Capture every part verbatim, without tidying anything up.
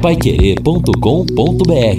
paiquerê ponto com ponto br.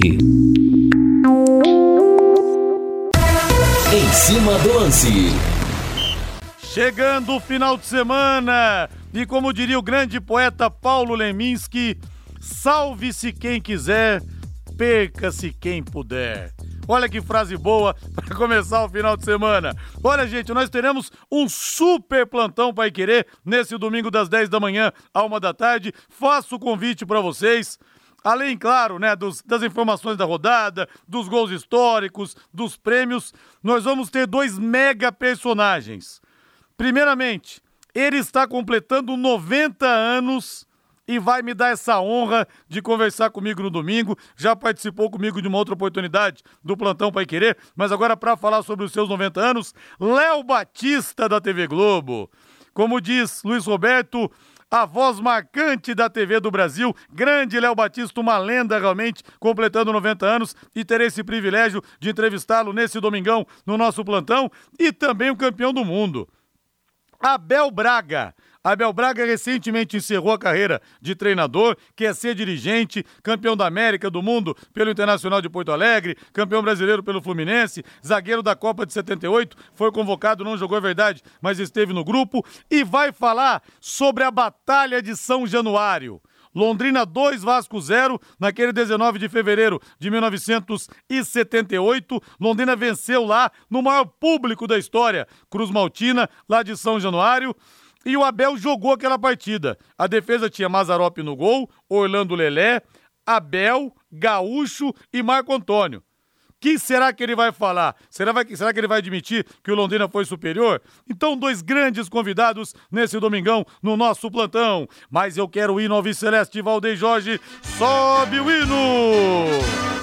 Em cima do lance. Chegando o final de semana, e como diria o grande poeta Paulo Leminski, salve-se quem quiser, perca-se quem puder. Olha que frase boa para começar o final de semana. Olha, gente, nós teremos um super plantão Paiquerê nesse domingo das dez da manhã à uma da tarde. Faço o convite para vocês. Além, claro, né, dos, das informações da rodada, dos gols históricos, dos prêmios, nós vamos ter dois mega personagens. Primeiramente, ele está completando noventa anos e vai me dar essa honra de conversar comigo no domingo. Já participou comigo de uma outra oportunidade do Plantão Paiquerê, mas agora para falar sobre os seus noventa anos, Léo Batista da T V Globo. Como diz Luiz Roberto, a voz marcante da T V do Brasil, grande Léo Batista, uma lenda realmente, completando noventa anos, e terei esse privilégio de entrevistá-lo nesse domingão no nosso plantão, e também o campeão do mundo, Abel Braga. Abel Braga recentemente encerrou a carreira de treinador, quer ser dirigente, campeão da América, do mundo pelo Internacional de Porto Alegre, campeão brasileiro pelo Fluminense, zagueiro da Copa de setenta e oito, foi convocado, não jogou, é verdade, mas esteve no grupo, e vai falar sobre a Batalha de São Januário. Londrina dois, Vasco zero, naquele dezenove de fevereiro de mil novecentos e setenta e oito, Londrina venceu lá no maior público da história, Cruz Maltina, lá de São Januário. E o Abel jogou aquela partida. A defesa tinha Mazzaropi no gol, Orlando Lelé, Abel, Gaúcho e Marco Antônio. O que será que ele vai falar? Será, vai, será que ele vai admitir que o Londrina foi superior? Então, dois grandes convidados nesse domingão no nosso plantão. Mas eu quero o hino Alvi Celeste, Valdeir Jorge. Sobe o hino!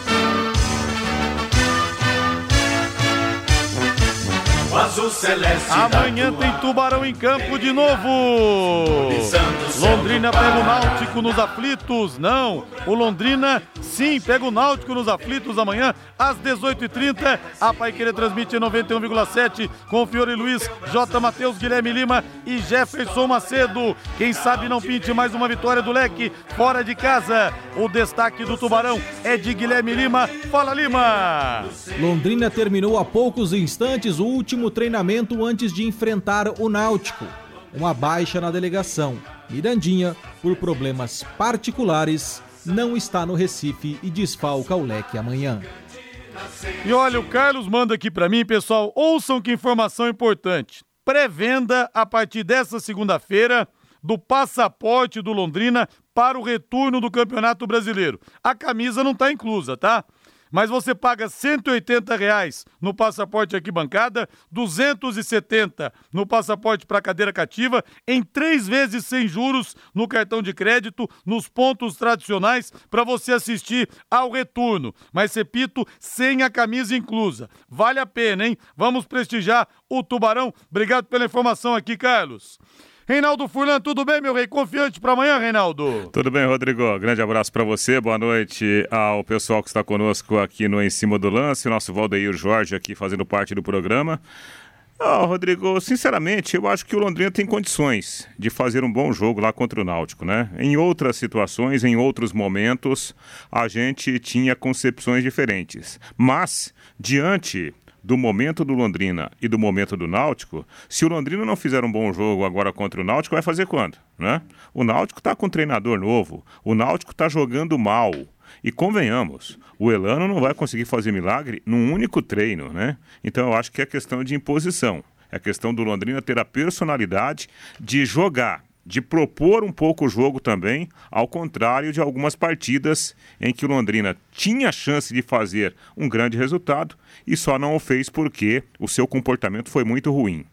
Azul celeste. Amanhã tem Tubarão em campo de novo. Londrina pega o Náutico nos aflitos. Não, o Londrina sim pega o Náutico nos aflitos amanhã às dezoito e trinta. A Paiquerê transmite em noventa e um vírgula sete com Fiore Luiz, J. Matheus, Guilherme Lima e Jefferson Macedo. Quem sabe não pinte mais uma vitória do Leque fora de casa. O destaque do Tubarão é de Guilherme Lima. Fala, Lima! Londrina terminou há poucos instantes o último treinamento antes de enfrentar o Náutico. Uma baixa na delegação. Mirandinha, por problemas particulares, não está no Recife e desfalca o Leque amanhã. E olha, o Carlos manda aqui pra mim, pessoal, ouçam que informação importante. Pré-venda a partir dessa segunda-feira do passaporte do Londrina para o retorno do Campeonato Brasileiro. A camisa não tá inclusa, tá? Mas você paga cento e oitenta reais no passaporte arquibancada, duzentos e setenta reais no passaporte para cadeira cativa, em três vezes sem juros no cartão de crédito, nos pontos tradicionais, para você assistir ao retorno. Mas, repito, sem a camisa inclusa. Vale a pena, hein? Vamos prestigiar o Tubarão. Obrigado pela informação aqui, Carlos. Reinaldo Furlan, tudo bem, meu rei? Confiante para amanhã, Reinaldo? Tudo bem, Rodrigo. Grande abraço para você. Boa noite ao pessoal que está conosco aqui no Em Cima do Lance. O nosso Valdeir Jorge aqui fazendo parte do programa. Oh, Rodrigo, sinceramente, eu acho que o Londrina tem condições de fazer um bom jogo lá contra o Náutico, né? Em outras situações, em outros momentos, a gente tinha concepções diferentes. Mas, diante do momento do Londrina e do momento do Náutico, se o Londrina não fizer um bom jogo agora contra o Náutico, vai fazer quando? Né? O Náutico está com um treinador novo, o Náutico está jogando mal. E convenhamos, o Elano não vai conseguir fazer milagre num único treino, né? Então eu acho que é questão de imposição. É questão do Londrina ter a personalidade de jogar, de propor um pouco o jogo também, ao contrário de algumas partidas em que o Londrina tinha chance de fazer um grande resultado e só não o fez porque o seu comportamento foi muito ruim.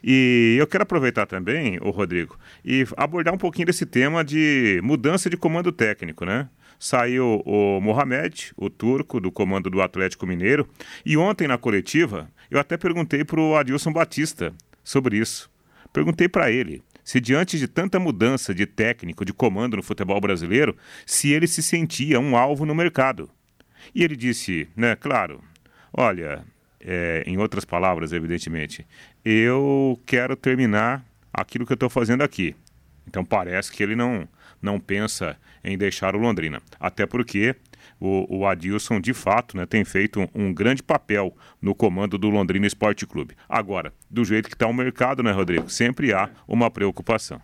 E eu quero aproveitar também, ô Rodrigo, e abordar um pouquinho desse tema de mudança de comando técnico, né? Saiu o Mohamed, o turco, do comando do Atlético Mineiro, e ontem na coletiva eu até perguntei para o Adilson Batista sobre isso. Perguntei para ele se diante de tanta mudança de técnico, de comando no futebol brasileiro, se ele se sentia um alvo no mercado. E ele disse, né, claro, olha, é, em outras palavras, evidentemente, eu quero terminar aquilo que eu estou fazendo aqui. Então parece que ele não não pensa em deixar o Londrina. Até porque o, o Adilson, de fato, né, tem feito um, um grande papel no comando do Londrina Esporte Clube. Agora, do jeito que está o mercado, né, Rodrigo? Sempre há uma preocupação.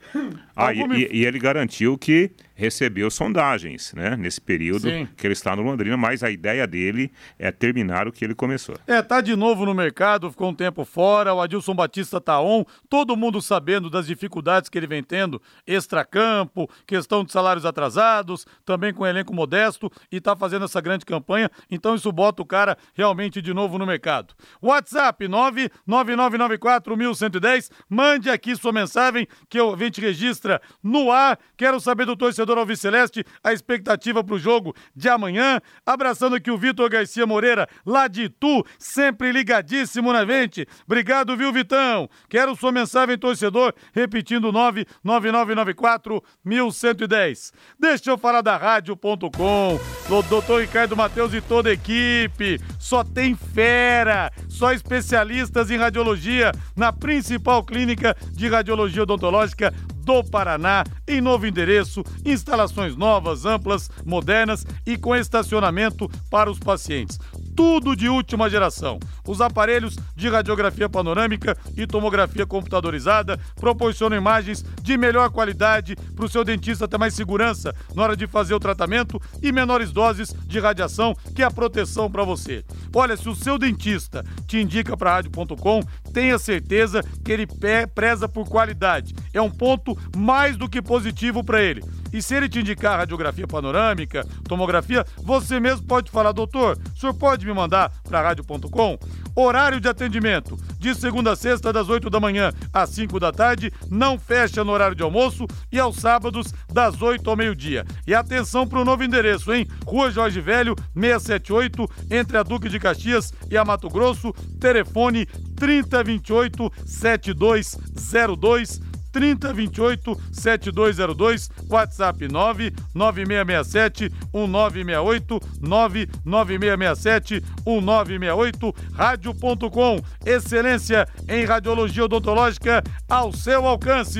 Ah, e, e, e ele garantiu que recebeu sondagens, né, nesse período Sim. que ele está no Londrina, mas a ideia dele é terminar o que ele começou. É, tá de novo no mercado, ficou um tempo fora, o Adilson Batista tá on, todo mundo sabendo das dificuldades que ele vem tendo, extracampo, questão de salários atrasados, também com elenco modesto, e tá fazendo essa grande campanha, então isso bota o cara realmente de novo no mercado. WhatsApp nove nove nove nove quatro um um zero, mande aqui sua mensagem que eu, a gente registra no ar. Quero saber do torcedor alviceleste a expectativa pro jogo de amanhã. Abraçando aqui o Vitor Garcia Moreira, lá de Itu, sempre ligadíssimo na gente. Obrigado, viu, Vitão? Quero sua mensagem, torcedor, repetindo nove nove nove nove quatro um um zero. Deixa eu falar da rádio ponto com, do doutor Ricardo Matheus e toda a equipe. Só tem fera, só especialistas em radiologia na principal clínica de radiologia odontológica do Paraná, em novo endereço, instalações novas, amplas, modernas e com estacionamento para os pacientes. Tudo de última geração. Os aparelhos de radiografia panorâmica e tomografia computadorizada proporcionam imagens de melhor qualidade para o seu dentista ter mais segurança na hora de fazer o tratamento e menores doses de radiação, que é a proteção para você. Olha, se o seu dentista te indica para a rádio ponto com, tenha certeza que ele preza por qualidade. É um ponto mais do que positivo para ele. E se ele te indicar radiografia panorâmica, tomografia, você mesmo pode falar: doutor, o senhor pode me mandar para a rádio ponto com? Horário de atendimento, de segunda a sexta, das oito da manhã às cinco da tarde, não fecha no horário de almoço, e aos sábados, das oito ao meio-dia. E atenção para o novo endereço, hein? Rua Jorge Velho, seiscentos e setenta e oito, entre a Duque de Caxias e a Mato Grosso, telefone trinta, vinte e oito, setenta e dois zero dois, trinta, vinte e oito, setenta e dois zero dois, WhatsApp nove nove seis seis sete, um nove seis oito, nove nove seis seis sete, um nove seis oito, rádio ponto com, excelência em radiologia odontológica ao seu alcance.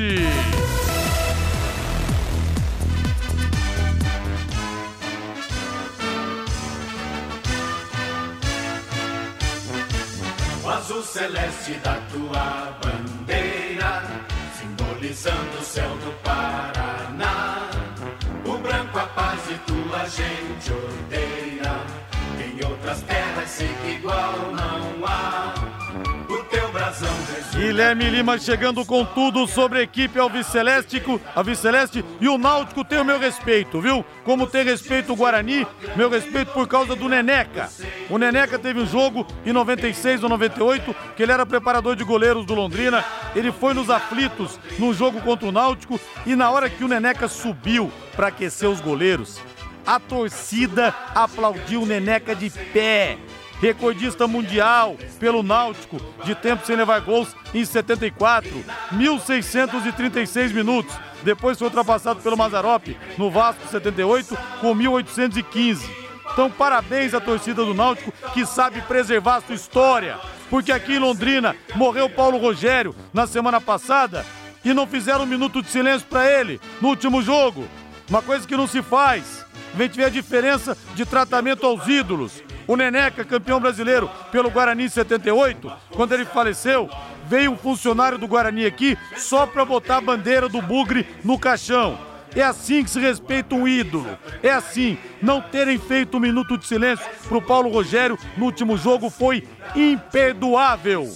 O azul celeste da tua bandeira, simbolizando o céu do Paraná. O branco a paz e tua gente odeia. Em outras terras sei que igual não há. O teu brasão resulta. Guilherme Lima chegando com tudo sobre a equipe alviceleste, alviceleste, e o Náutico tem o meu respeito, viu? Como tem respeito o Guarani, meu respeito por causa do Neneca. O Neneca teve um jogo em noventa e seis ou noventa e oito, que ele era preparador de goleiros do Londrina. Ele foi nos aflitos num jogo contra o Náutico, e na hora que o Neneca subiu para aquecer os goleiros, a torcida aplaudiu o Neneca de pé. Recordista mundial pelo Náutico de tempo sem levar gols em setenta e quatro, mil seiscentos e trinta e seis minutos. Depois foi ultrapassado pelo Mazzaropi no Vasco setenta e oito com mil oitocentos e quinze. Então parabéns à torcida do Náutico, que sabe preservar a sua história, porque aqui em Londrina morreu Paulo Rogério na semana passada e não fizeram um minuto de silêncio para ele no último jogo. Uma coisa que não se faz. A gente vê a diferença de tratamento aos ídolos. O Neneca, campeão brasileiro pelo Guarani em setenta e oito, quando ele faleceu, veio um funcionário do Guarani aqui só para botar a bandeira do Bugre no caixão. É assim que se respeita um ídolo. É assim. Não terem feito um minuto de silêncio pro Paulo Rogério no último jogo foi imperdoável.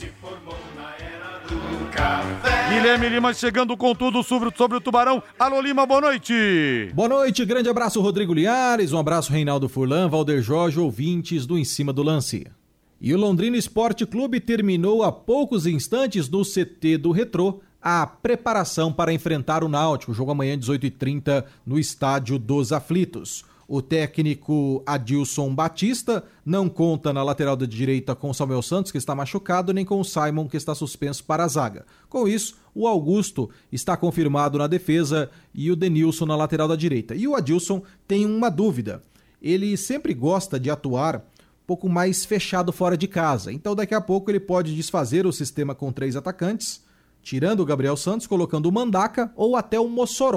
Guilherme Lima chegando com tudo sobre, sobre o Tubarão. Alô Lima, boa noite. Boa noite, grande abraço Rodrigo Liares, um abraço Reinaldo Furlan, Valder Jorge, ouvintes do Em Cima do Lance. E o Londrina Esporte Clube terminou há poucos instantes no C T do Retrô a preparação para enfrentar o Náutico, jogo amanhã dezoito e trinta no Estádio dos Aflitos. O técnico Adilson Batista não conta na lateral da direita com o Samuel Santos, que está machucado, nem com o Simon, que está suspenso para a zaga. Com isso, o Augusto está confirmado na defesa e o Denilson na lateral da direita. E o Adilson tem uma dúvida. Ele sempre gosta de atuar um pouco mais fechado fora de casa. Então, daqui a pouco, ele pode desfazer o sistema com três atacantes, tirando o Gabriel Santos, colocando o Mandaca ou até o Mossoró,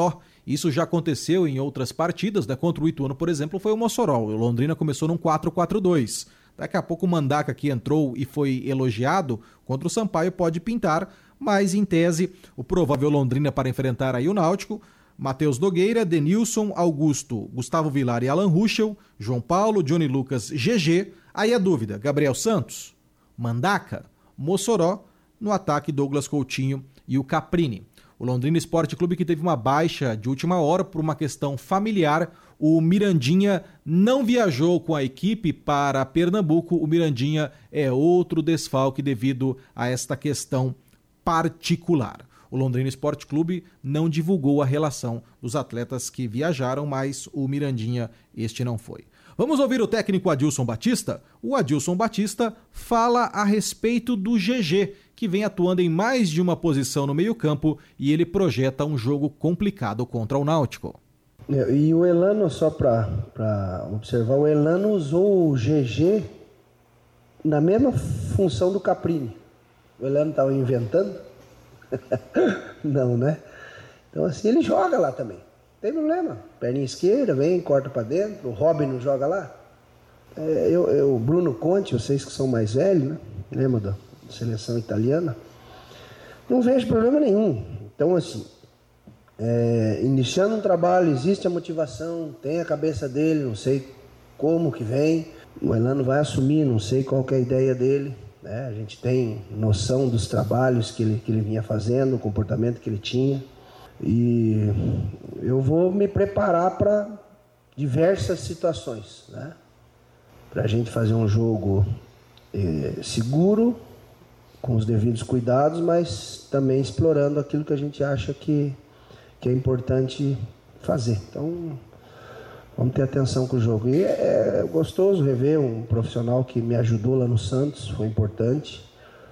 Isso já aconteceu em outras partidas, né? Contra o Ituano, por exemplo, foi o Mossoró. O Londrina começou num quatro quatro dois. Daqui a pouco o Mandaca, que entrou e foi elogiado, contra o Sampaio pode pintar, mas em tese o provável Londrina para enfrentar aí o Náutico: Matheus Nogueira, Denilson, Augusto, Gustavo Vilar e Alan Ruschel, João Paulo, Johnny Lucas, G G. Aí a dúvida: Gabriel Santos, Mandaca, Mossoró, no ataque Douglas Coutinho e o Caprini. O Londrina Esporte Clube, que teve uma baixa de última hora por uma questão familiar. O Mirandinha não viajou com a equipe para Pernambuco. O Mirandinha é outro desfalque devido a esta questão particular. O Londrina Esporte Clube não divulgou a relação dos atletas que viajaram, mas o Mirandinha, este não foi. Vamos ouvir o técnico Adilson Batista? O Adilson Batista fala a respeito do G G, que vem atuando em mais de uma posição no meio-campo, e ele projeta um jogo complicado contra o Náutico. E o Elano, só para observar, o Elano usou o G G na mesma função do Caprini. O Elano estava inventando? Não, né? Então assim, ele joga lá também. Não tem problema. Perninha esquerda, vem, corta para dentro. O Robin não joga lá. É, eu, eu, o Bruno Conte, vocês que são mais velhos, né? Lembra da seleção italiana? Não vejo problema nenhum. Então assim, é, iniciando um trabalho, existe a motivação, tem a cabeça dele, não sei como que vem. O Elano vai assumir, não sei qual que é a ideia dele. Né? A gente tem noção dos trabalhos que ele, que ele vinha fazendo, o comportamento que ele tinha. E eu vou me preparar para diversas situações, né? Para a gente fazer um jogo eh, seguro, com os devidos cuidados, mas também explorando aquilo que a gente acha que, que é importante fazer. Então, vamos ter atenção com o jogo. E é, é gostoso rever um profissional que me ajudou lá no Santos, foi importante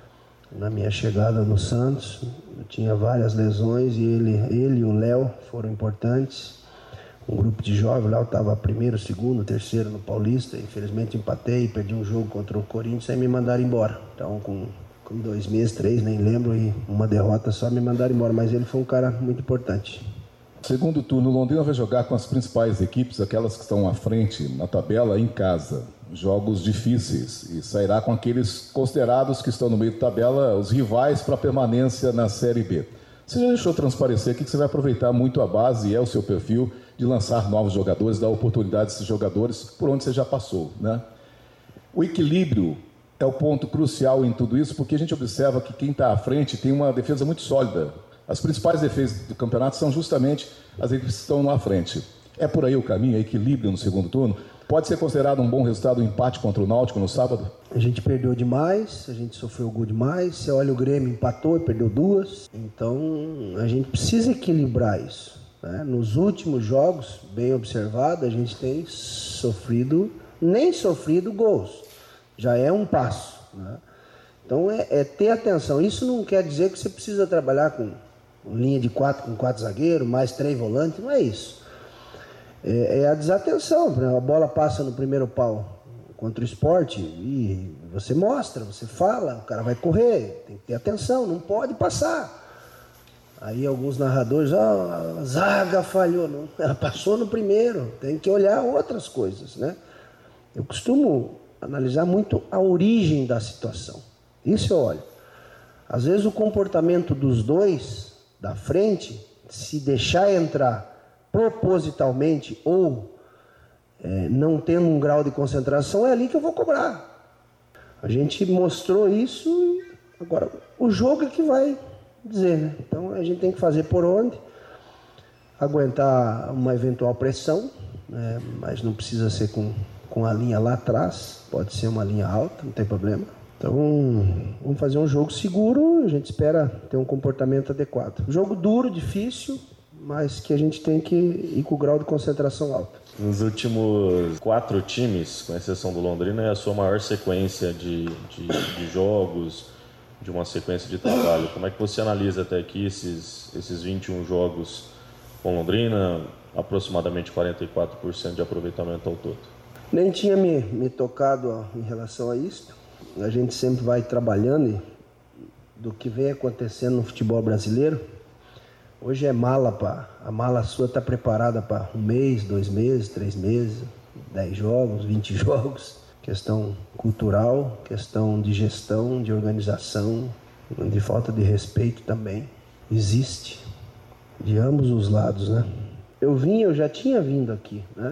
na minha chegada no Santos. Eu tinha várias lesões e ele, ele e o Léo foram importantes. Um grupo de jovens lá, eu estava primeiro, segundo, terceiro no Paulista. Infelizmente empatei, perdi um jogo contra o Corinthians e me mandaram embora. Então com, com dois meses, três, nem lembro, e uma derrota só me mandaram embora. Mas ele foi um cara muito importante. Segundo turno, o Londrina vai jogar com as principais equipes, aquelas que estão à frente na tabela, em casa. Jogos difíceis, e sairá com aqueles considerados que estão no meio da tabela, os rivais para a permanência na Série B. Você já deixou transparecer aqui que você vai aproveitar muito a base, e é o seu perfil, de lançar novos jogadores, dar oportunidade a esses jogadores por onde você já passou, né? O equilíbrio é o ponto crucial em tudo isso, porque a gente observa que quem está à frente tem uma defesa muito sólida. As principais defesas do campeonato são justamente as equipes que estão lá à frente. É por aí o caminho, é equilíbrio no segundo turno. Pode ser considerado um bom resultado o empate contra o Náutico no sábado? A gente perdeu demais, a gente sofreu gol demais. Você olha, o Grêmio empatou e perdeu duas. Então a gente precisa equilibrar isso, né? Nos últimos jogos, bem observado, a gente tem sofrido, nem sofrido gols. Já é um passo, né? Então é, é ter atenção. Isso não quer dizer que você precisa trabalhar com linha de quatro, com quatro zagueiros, mais três volantes, não é isso. É, é a desatenção. A bola passa no primeiro pau contra o Sport e você mostra, você fala, o cara vai correr, tem que ter atenção, não pode passar. Aí alguns narradores, ó, oh, a zaga falhou, não, ela passou no primeiro, tem que olhar outras coisas, né? Eu costumo analisar muito a origem da situação. Isso eu olho. Às vezes o comportamento dos dois da frente, se deixar entrar propositalmente ou é, não tendo um grau de concentração, é ali que eu vou cobrar. A gente mostrou isso e agora o jogo é que vai dizer, né? Então a gente tem que fazer por onde, aguentar uma eventual pressão, né? Mas não precisa ser com, com a linha lá atrás, pode ser uma linha alta, não tem problema. Então vamos fazer um jogo seguro, a gente espera ter um comportamento adequado. Jogo duro, difícil, mas que a gente tem que ir com o grau de concentração alto. Nos últimos quatro times, com exceção do Londrina, é a sua maior sequência de, de, de jogos, de uma sequência de trabalho. Como é que você analisa até aqui esses, esses vinte e um jogos com Londrina, aproximadamente quarenta e quatro por cento de aproveitamento ao todo? Nem tinha me, me tocado ó, em relação a isso. A gente sempre vai trabalhando do que vem acontecendo no futebol brasileiro. Hoje é mala, pá. A mala sua tá preparada para um mês, dois meses, três meses, dez jogos, vinte jogos. Questão cultural, questão de gestão, de organização, de falta de respeito também. Existe de ambos os lados, né? Eu vim, eu já tinha vindo aqui, né?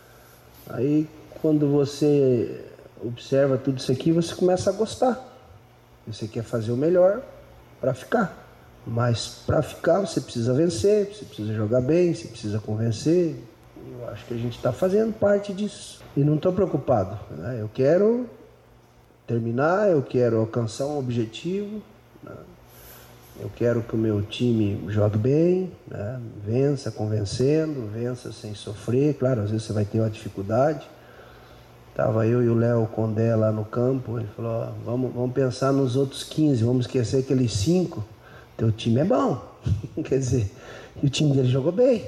Aí quando você observa tudo isso aqui, você começa a gostar. Você quer fazer o melhor para ficar. Mas para ficar você precisa vencer, você precisa jogar bem, você precisa convencer. Eu acho que a gente está fazendo parte disso. E não estou preocupado, né? Eu quero terminar, eu quero alcançar um objetivo, né? Eu quero que o meu time jogue bem, né? Vença convencendo, vença sem sofrer. Claro, às vezes você vai ter uma dificuldade. Estava eu e o Léo Condé lá no campo, ele falou, ó, vamos, vamos pensar nos outros quinze, vamos esquecer aqueles cinco. Teu time é bom, quer dizer, e o time dele jogou bem.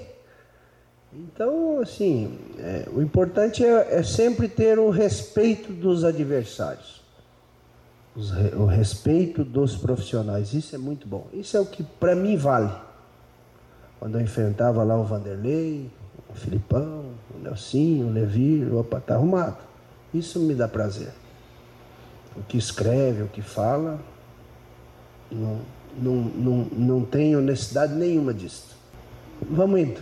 Então, assim, é, o importante é, é sempre ter o respeito dos adversários, os, o respeito dos profissionais, isso é muito bom. Isso é o que para mim vale. Quando eu enfrentava lá o Vanderlei, o Filipão, o Nelsinho, o Levi, opa, tá arrumado. Isso me dá prazer. O que escreve, o que fala, não... Não, não, não tenho necessidade nenhuma disso. Vamos indo.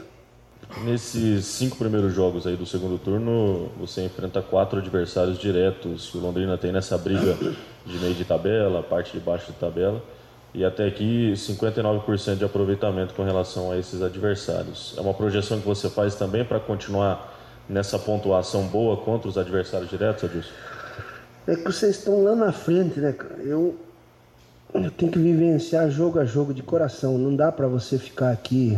Nesses cinco primeiros jogos aí do segundo turno, você enfrenta quatro adversários diretos que o Londrina tem nessa briga de meio de tabela, parte de baixo de tabela. E até aqui, cinquenta e nove por cento de aproveitamento com relação a esses adversários. É uma projeção que você faz também para continuar nessa pontuação boa contra os adversários diretos, Adilson? É que vocês estão lá na frente, né, cara? Eu... Eu tenho que vivenciar jogo a jogo de coração. Não dá para você ficar aqui.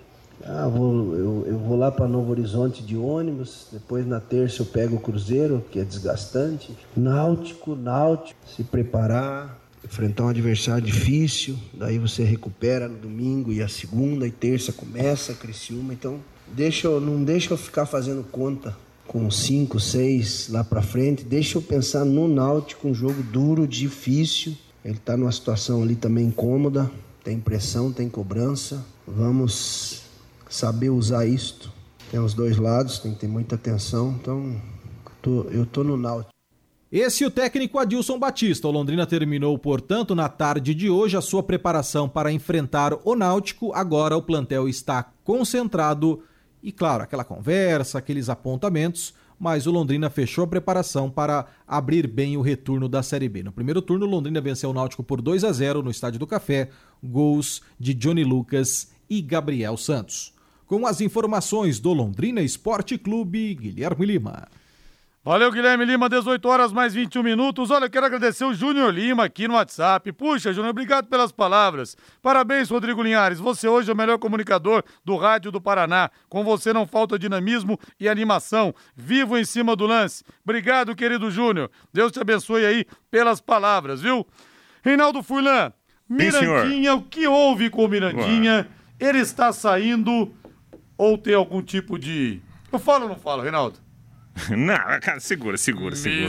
Ah, vou, eu, eu vou lá para Novo Horizonte de ônibus. Depois na terça eu pego o Cruzeiro, que é desgastante. Náutico, Náutico. Se preparar, enfrentar um adversário difícil. Daí você recupera no domingo e a segunda e terça começa a Criciúma. Então, deixa eu, não deixa eu ficar fazendo conta com cinco, seis lá para frente. Deixa eu pensar no Náutico, um jogo duro, difícil. Ele está numa situação ali também incômoda, tem pressão, tem cobrança. Vamos saber usar isto. Tem os dois lados, tem que ter muita atenção. Então, tô, eu tô no Náutico. Esse é o técnico Adilson Batista. O Londrina terminou, portanto, na tarde de hoje a sua preparação para enfrentar o Náutico. Agora o plantel está concentrado e, claro, aquela conversa, aqueles apontamentos, mas o Londrina fechou a preparação para abrir bem o retorno da Série B. No primeiro turno, o Londrina venceu o Náutico por dois a zero no Estádio do Café, gols de Johnny Lucas e Gabriel Santos. Com as informações do Londrina Esporte Clube, Guilherme Lima. Valeu, Guilherme Lima, dezoito horas mais vinte e um minutos. Olha, eu quero agradecer o Júnior Lima aqui no WhatsApp. Puxa, Júnior, obrigado pelas palavras. Parabéns, Rodrigo Linhares. Você hoje é o melhor comunicador do rádio do Paraná. Com você não falta dinamismo e animação. Vivo em cima do lance. Obrigado, querido Júnior. Deus te abençoe aí pelas palavras, viu? Reinaldo Furlan, Mirandinha, o que houve com o Mirandinha? Ué. Ele está saindo ou tem algum tipo de... Eu falo ou não falo, Reinaldo? Não, cara, segura, segura, segura.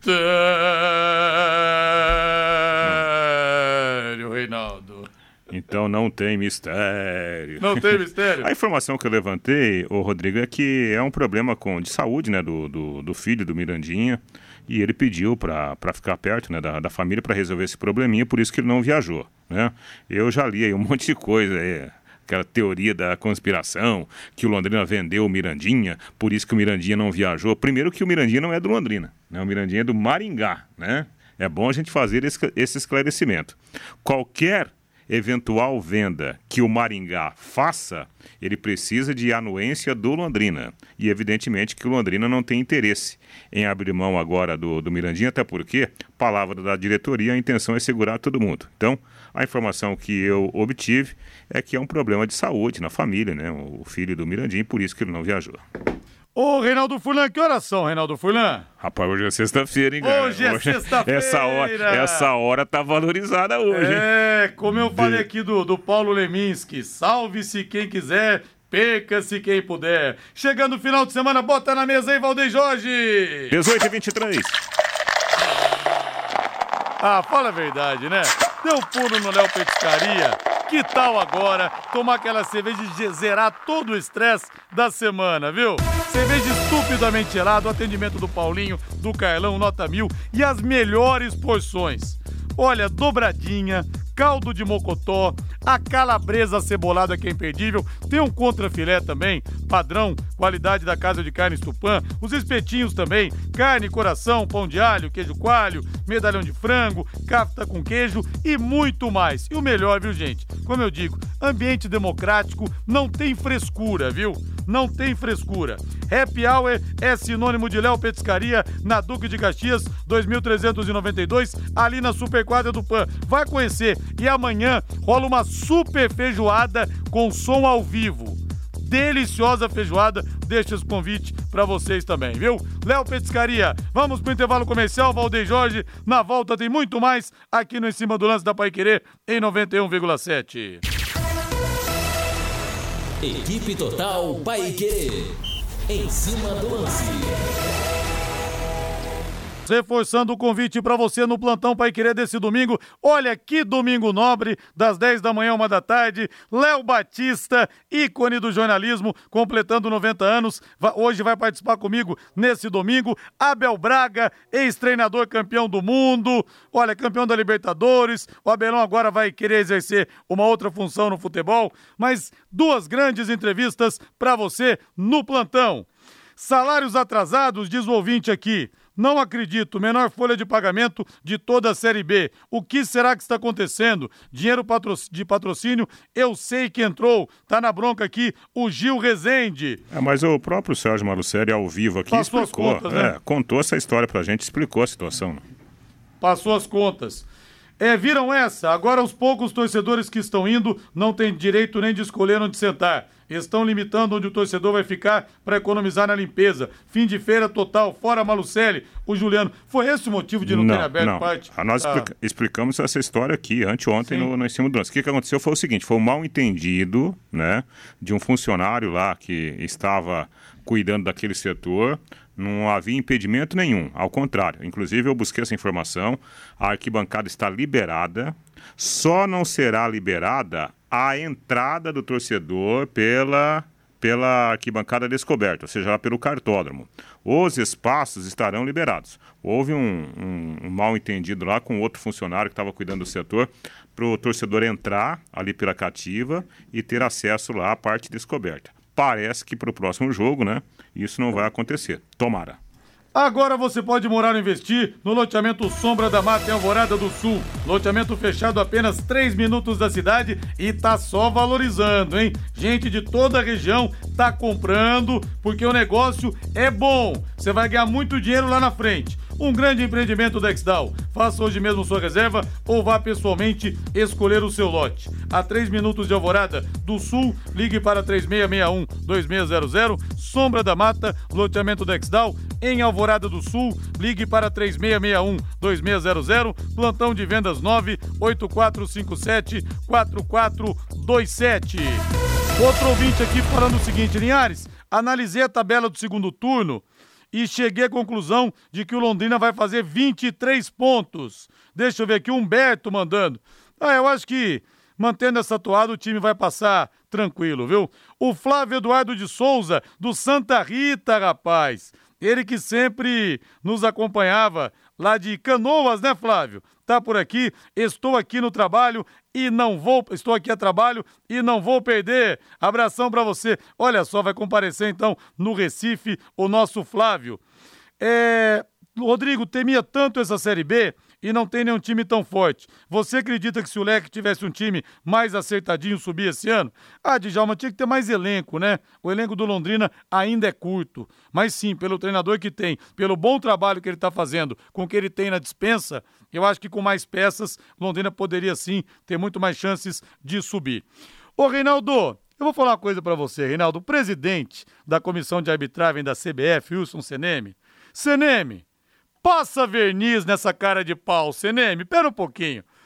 Mistério, Reinaldo. Então não tem mistério. Não tem mistério? A informação que eu levantei, ô Rodrigo, é que é um problema com, de saúde, né, do, do, do filho do Mirandinha, e ele pediu para ficar perto, né, da, da família para resolver esse probleminha, por isso que ele não viajou, né? Eu já li aí um monte de coisa aí, aquela teoria da conspiração, que o Londrina vendeu o Mirandinha, por isso que o Mirandinha não viajou. Primeiro que o Mirandinha não é do Londrina, né? O Mirandinha é do Maringá, né? É bom a gente fazer esse, esse esclarecimento. Qualquer eventual venda que o Maringá faça, ele precisa de anuência do Londrina. E evidentemente que o Londrina não tem interesse em abrir mão agora do, do Mirandinha, até porque, palavra da diretoria, a intenção é segurar todo mundo. Então, a informação que eu obtive é que é um problema de saúde na família, né? O filho do Mirandinha, por isso que ele não viajou. Ô, Reinaldo Furlan, que horas são, Reinaldo Furlan? Rapaz, hoje é sexta-feira, hein, cara? Hoje é hoje, sexta-feira! Essa hora, essa hora tá valorizada hoje, É, hein? como eu falei aqui do, do Paulo Leminski, salve-se quem quiser, perca-se quem puder. Chegando o final de semana, bota na mesa aí, Valdeir Jorge! dezoito e vinte e três. Ah, fala a verdade, né? Deu pulo no Léo Petiscaria. Que tal agora tomar aquela cerveja e zerar todo o estresse da semana, viu? Cerveja estupidamente gelada, o atendimento do Paulinho, do Carlão, nota mil e as melhores porções. Olha, dobradinha, caldo de mocotó, a calabresa cebolada que é imperdível, tem um contrafilé também, padrão, qualidade da Casa de Carnes Tupã, os espetinhos também, carne, coração, pão de alho, queijo coalho, medalhão de frango, kafta com queijo e muito mais. E o melhor, viu, gente? Como eu digo, ambiente democrático, não tem frescura, viu? Não tem frescura. Happy Hour é sinônimo de Léo Petiscaria, na Duque de Caxias, dois mil trezentos e noventa e dois, ali na Superquadra do Pan. Vai conhecer. E amanhã rola uma super feijoada com som ao vivo. Deliciosa feijoada, deixa esse convite pra vocês também, viu? Léo Petiscaria, vamos pro intervalo comercial, Valdeir Jorge, na volta tem muito mais aqui no Em Cima do Lance da Paiquerê, em noventa e um vírgula sete. Equipe Total Paiquerê, Em Cima do Lance. Reforçando o convite para você no plantão Paiquerê desse domingo. Olha que domingo nobre, das dez da manhã, uma da tarde. Léo Batista, ícone do jornalismo, completando noventa anos. Hoje vai participar comigo nesse domingo. Abel Braga, ex-treinador campeão do mundo. Olha, campeão da Libertadores. O Abelão agora vai querer exercer uma outra função no futebol. Mas duas grandes entrevistas para você no plantão. Salários atrasados, diz o ouvinte aqui. Não acredito, menor folha de pagamento de toda a Série B. O que será que está acontecendo? Dinheiro de patrocínio, eu sei que entrou. Tá na bronca aqui o Gil Rezende. É, mas o próprio Sérgio Malucelli, ao vivo aqui, Passou explicou. as contas, né? É, contou essa história pra gente, explicou a situação. Passou as contas. É, viram essa? Agora os poucos torcedores que estão indo não têm direito nem de escolher onde sentar. Estão limitando onde o torcedor vai ficar para economizar na limpeza. Fim de feira total, fora Malucelli, o Juliano. Foi esse o motivo de não, não ter aberto não. parte? Ah, nós ah. explica- explicamos essa história aqui, anteontem, no, no Em Cima do Lance. O que, que aconteceu foi o seguinte, foi um mal entendido, né, de um funcionário lá que estava cuidando daquele setor. Não havia impedimento nenhum, ao contrário. Inclusive, eu busquei essa informação, a arquibancada está liberada, só não será liberada a entrada do torcedor pela, pela arquibancada descoberta, ou seja, pelo cartódromo. Os espaços estarão liberados. Houve um, um, um mal entendido lá com outro funcionário que estava cuidando do setor, para o torcedor entrar ali pela cativa e ter acesso lá à parte descoberta. Parece que para o próximo jogo, né, isso não vai acontecer. Tomara. Agora você pode morar ou investir no loteamento Sombra da Mata em Alvorada do Sul. Loteamento fechado a apenas três minutos da cidade e tá só valorizando, hein? Gente de toda a região tá comprando porque o negócio é bom. Você vai ganhar muito dinheiro lá na frente. Um grande empreendimento da Exdal. Faça hoje mesmo sua reserva ou vá pessoalmente escolher o seu lote. A três minutos de Alvorada do Sul, ligue para três seis seis um, dois seis zero zero. Sombra da Mata, loteamento da Exdal. Em Alvorada do Sul, ligue para três seis seis um, dois seis zero zero. Plantão de vendas nove oito quatro cinco sete, quatro quatro dois sete. Outro ouvinte aqui falando o seguinte, Linhares, analisei a tabela do segundo turno e cheguei à conclusão de que o Londrina vai fazer vinte e três pontos. Deixa eu ver aqui, o Humberto mandando. Ah, eu acho que mantendo essa toada o time vai passar tranquilo, viu? O Flávio Eduardo de Souza, do Santa Rita, rapaz. Ele que sempre nos acompanhava lá de Canoas, né, Flávio? Tá por aqui, estou aqui no trabalho e não vou, estou aqui a trabalho e não vou perder. Abração pra você. Olha só, vai comparecer então no Recife o nosso Flávio. É... Rodrigo, temia tanto essa Série B e não tem nenhum time tão forte. Você acredita que se o Leque tivesse um time mais acertadinho subir esse ano? Ah, Djalma, tinha que ter mais elenco, né? O elenco do Londrina ainda é curto. Mas sim, pelo treinador que tem, pelo bom trabalho que ele está fazendo, com o que ele tem na dispensa, eu acho que com mais peças, Londrina poderia sim ter muito mais chances de subir. Ô, Reinaldo, eu vou falar uma coisa pra você, Reinaldo. O presidente da comissão de arbitragem da C B F, Wilson Seneme, Seneme, passa verniz nessa cara de pau, Seneme, pera um pouquinho.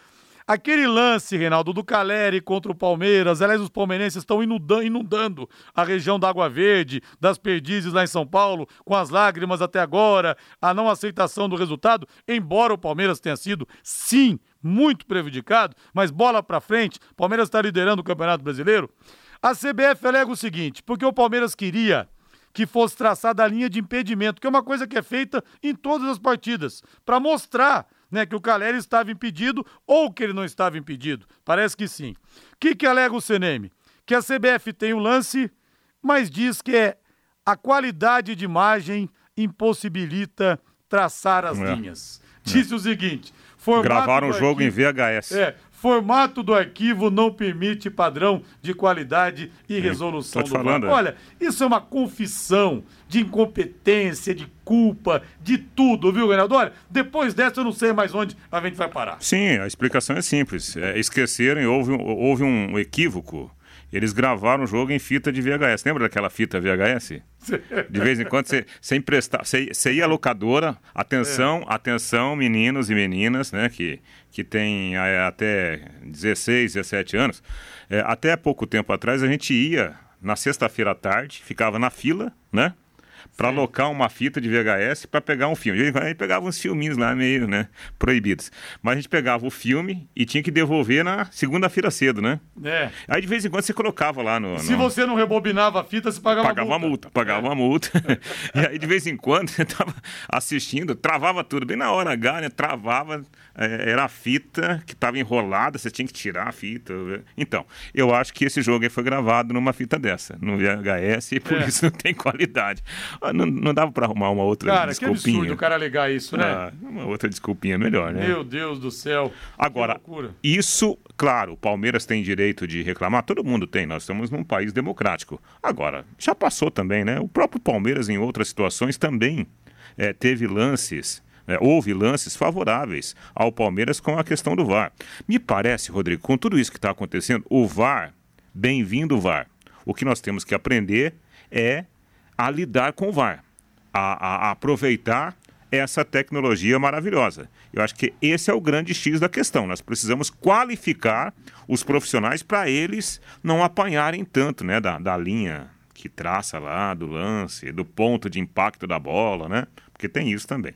Aquele lance, Reinaldo, do Caleri contra o Palmeiras, aliás, os palmeirenses estão inundando, inundando a região da Água Verde, das Perdizes lá em São Paulo, com as lágrimas até agora, a não aceitação do resultado, embora o Palmeiras tenha sido, sim, muito prejudicado, mas bola pra frente, o Palmeiras está liderando o Campeonato Brasileiro. A C B F alega o seguinte, porque o Palmeiras queria que fosse traçada a linha de impedimento, que é uma coisa que é feita em todas as partidas, para mostrar, né, que o Caleri estava impedido ou que ele não estava impedido. Parece que sim. O que, que alega o C N M? Que a C B F tem o lance, mas diz que é a qualidade de imagem impossibilita traçar as é. linhas. Disse é. o seguinte... Gravaram o jogo arquivo, em V H S. É, formato do arquivo não permite padrão de qualidade e resolução do falando, V A R. Olha, isso é uma confissão de incompetência, de culpa, de tudo, viu, Reinaldo? Olha, depois dessa eu não sei mais onde a gente vai parar. Sim, a explicação é simples. É, esqueceram, houve, houve um equívoco. Eles gravaram o jogo em fita de V H S. Lembra daquela fita V H S? De vez em quando você, você emprestava, você, você ia à locadora, atenção, é. atenção, meninos e meninas, né, que, que tem a, até dezesseis, dezessete anos. É, até pouco tempo atrás a gente ia na sexta-feira à tarde, ficava na fila, né? Para alocar uma fita de V H S para pegar um filme. A gente pegava uns filminhos lá meio, né, proibidos. Mas a gente pegava o filme e tinha que devolver na segunda-feira cedo, né? É. Aí de vez em quando você colocava lá no... Se no... você não rebobinava a fita, você pagava, pagava multa. uma multa. Pagava é. uma multa. E aí de vez em quando você estava assistindo, travava tudo. Bem na hora H, né? Travava, é, era a fita que estava enrolada, você tinha que tirar a fita. Então, eu acho que esse jogo aí foi gravado numa fita dessa, no V H S, e por é. isso não tem qualidade. Não, não dava pra arrumar uma outra cara, desculpinha. Cara, que absurdo o cara alegar isso, né? Ah, uma outra desculpinha melhor, né? Meu Deus do céu. Agora, isso, claro, o Palmeiras tem direito de reclamar, todo mundo tem, nós estamos num país democrático. Agora, já passou também, né? O próprio Palmeiras, em outras situações, também é, teve lances, é, houve lances favoráveis ao Palmeiras com a questão do V A R. Me parece, Rodrigo, com tudo isso que está acontecendo, o V A R, bem-vindo V A R. O que nós temos que aprender é a lidar com o V A R, a, a, a aproveitar essa tecnologia maravilhosa. Eu acho que esse é o grande X da questão. Nós precisamos qualificar os profissionais para eles não apanharem tanto, né, da, da linha que traça lá, do lance, do ponto de impacto da bola, né? Porque tem isso também.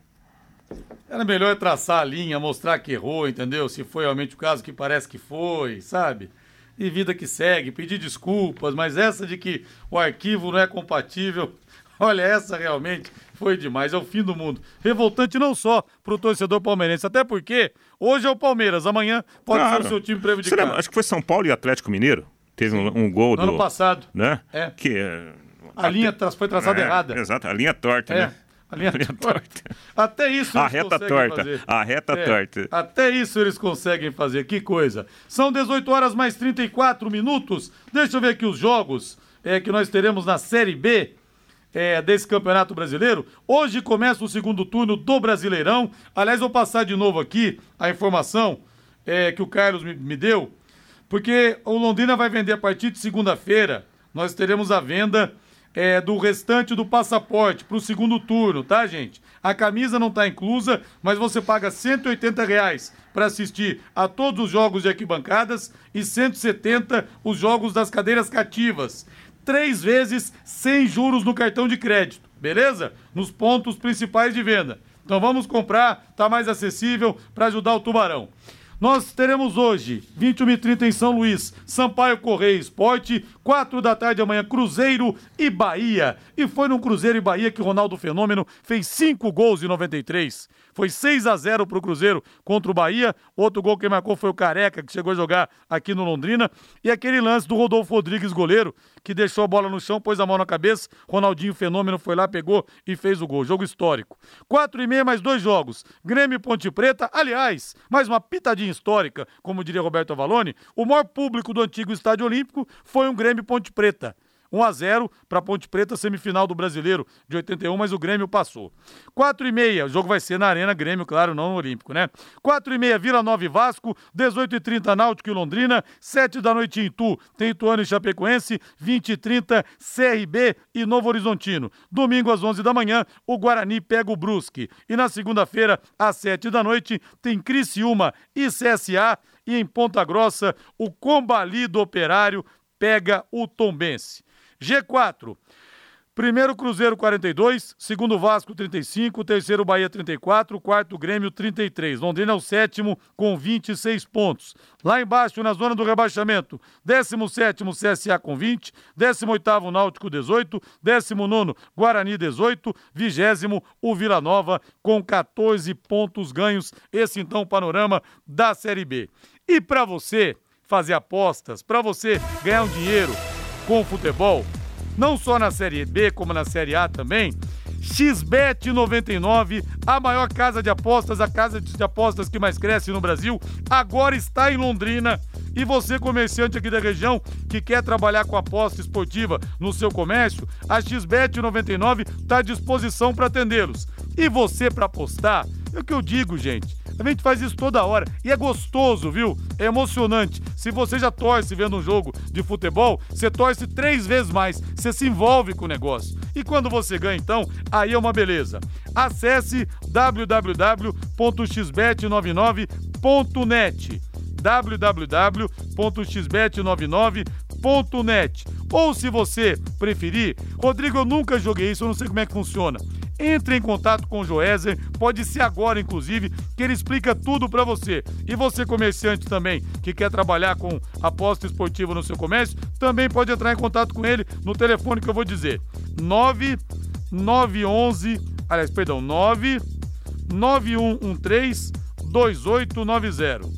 Era melhor traçar a linha, mostrar que errou, entendeu? Se foi realmente o caso que parece que foi, sabe? E vida que segue, pedir desculpas, mas essa de que o arquivo não é compatível, olha, essa realmente foi demais, é o fim do mundo. Revoltante não só pro torcedor palmeirense, até porque hoje é o Palmeiras, amanhã pode claro. ser o seu time prejudicado. Acho que foi São Paulo e Atlético Mineiro, teve um, um gol no do... ano passado. Né? É. Que, a até... linha tra... foi traçada é, errada. Exato, a linha torta, é. né? A linha, a linha torta. torta. Até isso eles a reta conseguem torta. fazer. A reta é, torta. Até isso eles conseguem fazer. Que coisa. São dezoito horas mais trinta e quatro minutos. Deixa eu ver aqui os jogos é, que nós teremos na Série B é, desse Campeonato Brasileiro. Hoje começa o segundo turno do Brasileirão. Aliás, vou passar de novo aqui a informação é, que o Carlos me, me deu, porque o Londrina vai vender a partir de segunda-feira. Nós teremos a venda É, do restante do passaporte para o segundo turno, tá, gente? A camisa não está inclusa, mas você paga cento e oitenta reais para assistir a todos os jogos de arquibancadas e cento e setenta os jogos das cadeiras cativas. Três vezes sem juros no cartão de crédito, beleza? Nos pontos principais de venda. Então vamos comprar, tá mais acessível para ajudar o Tubarão. Nós teremos hoje, vinte e uma e trinta em São Luís, Sampaio Correia Esporte, quatro da tarde amanhã, Cruzeiro e Bahia. E foi no Cruzeiro e Bahia que Ronaldo Fenômeno fez cinco gols em noventa e três. Foi seis a zero pro Cruzeiro contra o Bahia. Outro gol que marcou foi o Careca, que chegou a jogar aqui no Londrina. E aquele lance do Rodolfo Rodrigues, goleiro, que deixou a bola no chão, pôs a mão na cabeça. Ronaldinho Fenômeno foi lá, pegou e fez o gol. Jogo histórico. Quatro e meia, mais dois jogos. Grêmio e Ponte Preta. Aliás, mais uma pitadinha histórica, como diria Roberto Avalone. O maior público do antigo Estádio Olímpico foi um Grêmio e Ponte Preta. um a zero para Ponte Preta, semifinal do Brasileiro de oitenta e um, mas o Grêmio passou. quatro e meia, o jogo vai ser na Arena Grêmio, claro, não no Olímpico, né? quatro e meia, Vila Nova e Vasco, dezoito e trinta, Náutico e Londrina, sete da noite em Itu, tem Ituano e Chapecoense, vinte e trinta, C R B e Novo Horizontino. Domingo às onze da manhã, o Guarani pega o Brusque. E na segunda-feira, às sete da noite, tem Criciúma e C S A e em Ponta Grossa, o combalido Operário pega o Tombense. G quatro. Primeiro Cruzeiro quarenta e dois, segundo Vasco trinta e cinco, terceiro Bahia trinta e quatro, quarto Grêmio trinta e três. Londrina é o sétimo com vinte e seis pontos. Lá embaixo, na zona do rebaixamento, décimo sétimo C S A com vinte, décimo oitavo Náutico dezoito, décimo nono Guarani dezoito, vigésimo o Vila Nova com quatorze pontos ganhos. Esse então o panorama da Série B. E para você fazer apostas, para você ganhar um dinheiro com o futebol, não só na Série B, como na Série A também, X Bet noventa e nove, a maior casa de apostas, a casa de apostas que mais cresce no Brasil, agora está em Londrina. E você, comerciante aqui da região, que quer trabalhar com aposta esportiva no seu comércio, a X Bet noventa e nove está à disposição para atendê-los. E você, para apostar, é o que eu digo, gente. A gente faz isso toda hora e é gostoso, viu? É emocionante. Se você já torce vendo um jogo de futebol, você torce três vezes mais. Você se envolve com o negócio. E quando você ganha, então, aí é uma beleza. Acesse w w w ponto x bet nove nove ponto net w w w ponto x bet nove nove ponto net. Ou, se você preferir, Rodrigo, eu nunca joguei isso, eu não sei como é que funciona. Entre em contato com o Joézer, pode ser agora, inclusive, que ele explica tudo para você. E você, comerciante também, que quer trabalhar com aposta esportiva no seu comércio, também pode entrar em contato com ele no telefone que eu vou dizer. nove nove um um, aliás, perdão, nove nove um um três dois oito nove zero.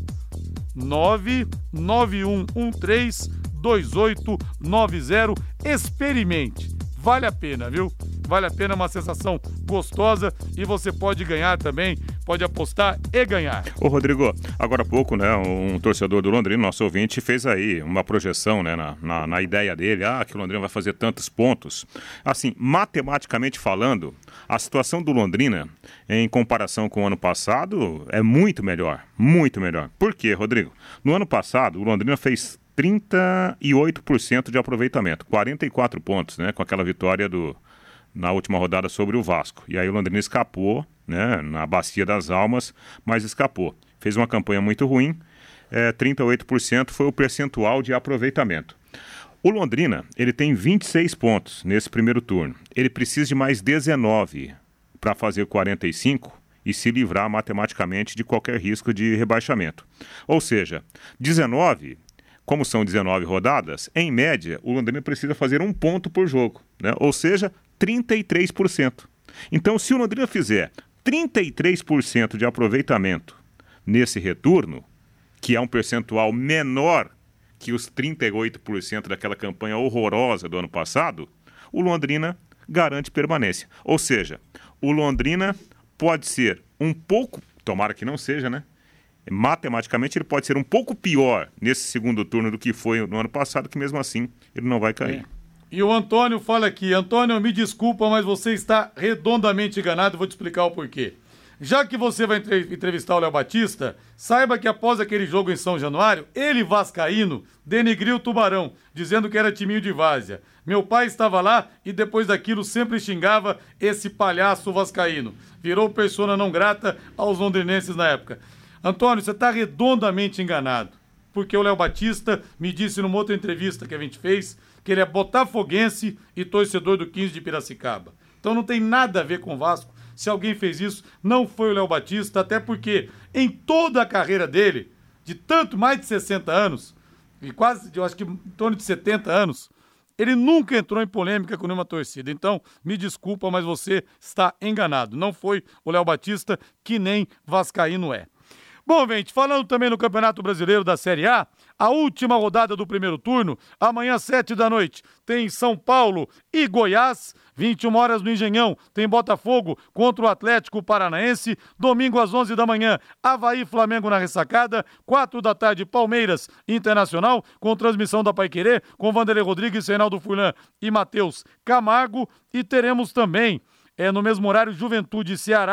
nove nove um um três dois oito nove zero. Experimente. Vale a pena, viu? Vale a pena, uma sensação gostosa e você pode ganhar também, pode apostar e ganhar. Ô Rodrigo, agora há pouco, né, um torcedor do Londrina, nosso ouvinte, fez aí uma projeção, né, na, na, na ideia dele, ah, que o Londrina vai fazer tantos pontos. Assim, matematicamente falando, a situação do Londrina, em comparação com o ano passado, é muito melhor, muito melhor. Por quê, Rodrigo? No ano passado, o Londrina fez trinta e oito por cento de aproveitamento, quarenta e quatro pontos, né, com aquela vitória do, na última rodada sobre o Vasco. E aí o Londrina escapou, né, na Bacia das Almas, mas escapou. Fez uma campanha muito ruim, é, trinta e oito por cento foi o percentual de aproveitamento. O Londrina, ele tem vinte e seis pontos nesse primeiro turno. Ele precisa de mais dezenove para fazer quarenta e cinco e se livrar matematicamente de qualquer risco de rebaixamento. Ou seja, dezenove... Como são dezenove rodadas, em média, o Londrina precisa fazer um ponto por jogo, né? Ou seja, trinta e três por cento. Então, se o Londrina fizer trinta e três por cento de aproveitamento nesse retorno, que é um percentual menor que os trinta e oito por cento daquela campanha horrorosa do ano passado, o Londrina garante permanência. Ou seja, o Londrina pode ser um pouco, tomara que não seja, né? Matematicamente ele pode ser um pouco pior nesse segundo turno do que foi no ano passado, que mesmo assim ele não vai cair. É. E o Antônio fala aqui, Antônio, me desculpa, mas você está redondamente enganado, vou te explicar o porquê. Já que você vai entrevistar o Léo Batista, saiba que após aquele jogo em São Januário, ele, vascaíno, denegriu o Tubarão, dizendo que era timinho de várzea. Meu pai estava lá e depois daquilo sempre xingava esse palhaço vascaíno. Virou persona não grata aos londrinenses na época. Antônio, você está redondamente enganado, porque o Léo Batista me disse numa outra entrevista que a gente fez que ele é botafoguense e torcedor do quinze de Piracicaba. Então não tem nada a ver com o Vasco. Se alguém fez isso, não foi o Léo Batista, até porque em toda a carreira dele, de tanto, mais de sessenta anos, e quase, eu acho que em torno de setenta anos, ele nunca entrou em polêmica com nenhuma torcida. Então, me desculpa, mas você está enganado. Não foi o Léo Batista, que nem vascaíno é. Bom, gente, falando também no Campeonato Brasileiro da Série A, a última rodada do primeiro turno, amanhã às sete da noite, tem São Paulo e Goiás, vinte e uma horas no Engenhão, tem Botafogo contra o Atlético Paranaense, domingo às onze da manhã, Avaí e Flamengo na ressacada, quatro da tarde, Palmeiras Internacional, com transmissão da Paiquerê, com Vanderlei Rodrigues, Reinaldo Furlan e Matheus Camargo, e teremos também, é, no mesmo horário, Juventude e Ceará,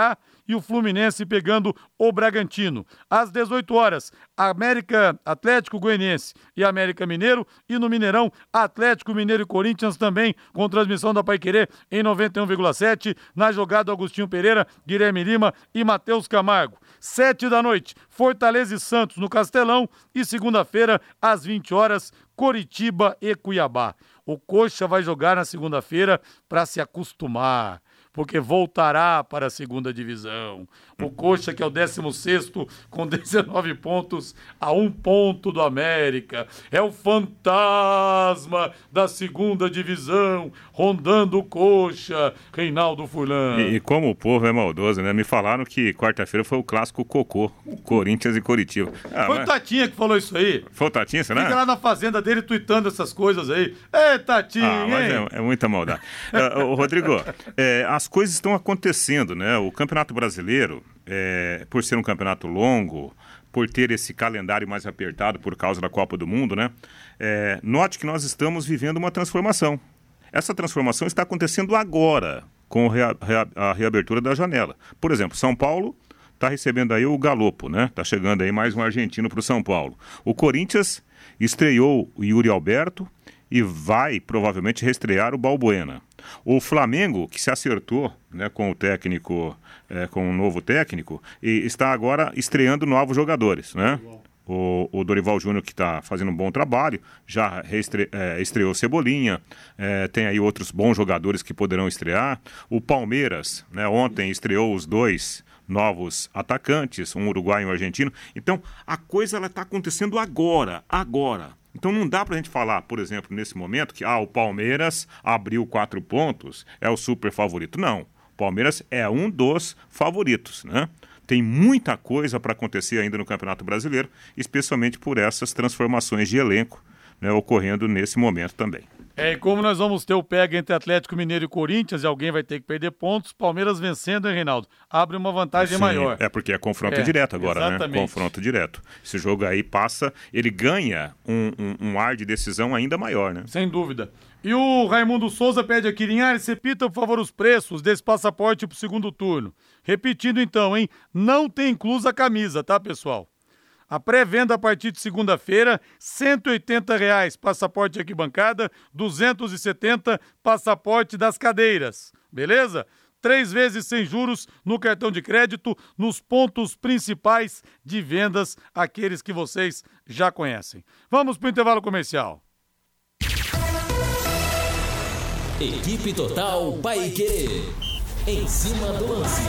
e o Fluminense pegando o Bragantino. Às dezoito horas, América, Atlético Goianiense e América Mineiro, e no Mineirão, Atlético Mineiro e Corinthians também, com transmissão da Paiquerê em noventa e um vírgula sete, na jogada Agostinho Pereira, Guilherme Lima e Matheus Camargo. Sete da noite, Fortaleza e Santos no Castelão, e segunda-feira, às vinte horas, Coritiba e Cuiabá. O Coxa vai jogar na segunda-feira para se acostumar, porque voltará para a segunda divisão. O Coxa, que é o décimo sexto, com dezenove pontos, a um ponto do América. É o fantasma da segunda divisão, rondando o Coxa, Reinaldo Furlan. E, e como o povo é maldoso, né? Me falaram que quarta-feira foi o clássico Cocô, Corinthians e Curitiba. Ah, foi mas... o Tatinha que falou isso aí. Foi o Tatinha, você não é? Fica lá na fazenda dele tuitando essas coisas aí. Ê, Tatinha, ah, mas hein? É, é muita maldade. uh, Rodrigo, é, as coisas estão acontecendo, né? O Campeonato Brasileiro, é, por ser um campeonato longo, por ter esse calendário mais apertado por causa da Copa do Mundo, né? É, note que nós estamos vivendo uma transformação. Essa transformação está acontecendo agora, com rea, rea, a reabertura da janela. Por exemplo, São Paulo está recebendo aí o Galopo, né? Está chegando aí mais um argentino para o São Paulo. O Corinthians estreou o Yuri Alberto e vai provavelmente reestrear o Balbuena. O Flamengo, que se acertou, né, com o técnico, é, com o novo técnico, e está agora estreando novos jogadores, né? O, o Dorival Júnior, que está fazendo um bom trabalho, já reestre, é, estreou Cebolinha, é, tem aí outros bons jogadores que poderão estrear. O Palmeiras, né, ontem estreou os dois novos atacantes, um uruguaio e um argentino. Então, a coisa está acontecendo agora, agora. Então não dá pra gente falar, por exemplo, nesse momento, que ah, o Palmeiras abriu quatro pontos, é o super favorito. Não, o Palmeiras é um dos favoritos, né? Tem muita coisa para acontecer ainda no Campeonato Brasileiro, especialmente por essas transformações de elenco, né, ocorrendo nesse momento também. É, e como nós vamos ter o pega entre Atlético Mineiro e Corinthians, e alguém vai ter que perder pontos, Palmeiras vencendo, hein, Reinaldo? Abre uma vantagem Sim, maior. É porque é confronto é, direto agora, exatamente. né? Confronto direto. Esse jogo aí passa, ele ganha um, um, um ar de decisão ainda maior, né? Sem dúvida. E o Raimundo Souza pede aqui, Linhares, repita, por favor, os preços desse passaporte pro segundo turno. Repetindo então, hein? Não tem inclusa a camisa, tá, pessoal? A pré-venda a partir de segunda-feira, cento e oitenta reais, passaporte de arquibancada, duzentos e setenta, passaporte das cadeiras, beleza? Três vezes sem juros no cartão de crédito, nos pontos principais de vendas, aqueles que vocês já conhecem. Vamos para o intervalo comercial. Equipe Total Paiquerê, em cima do lance.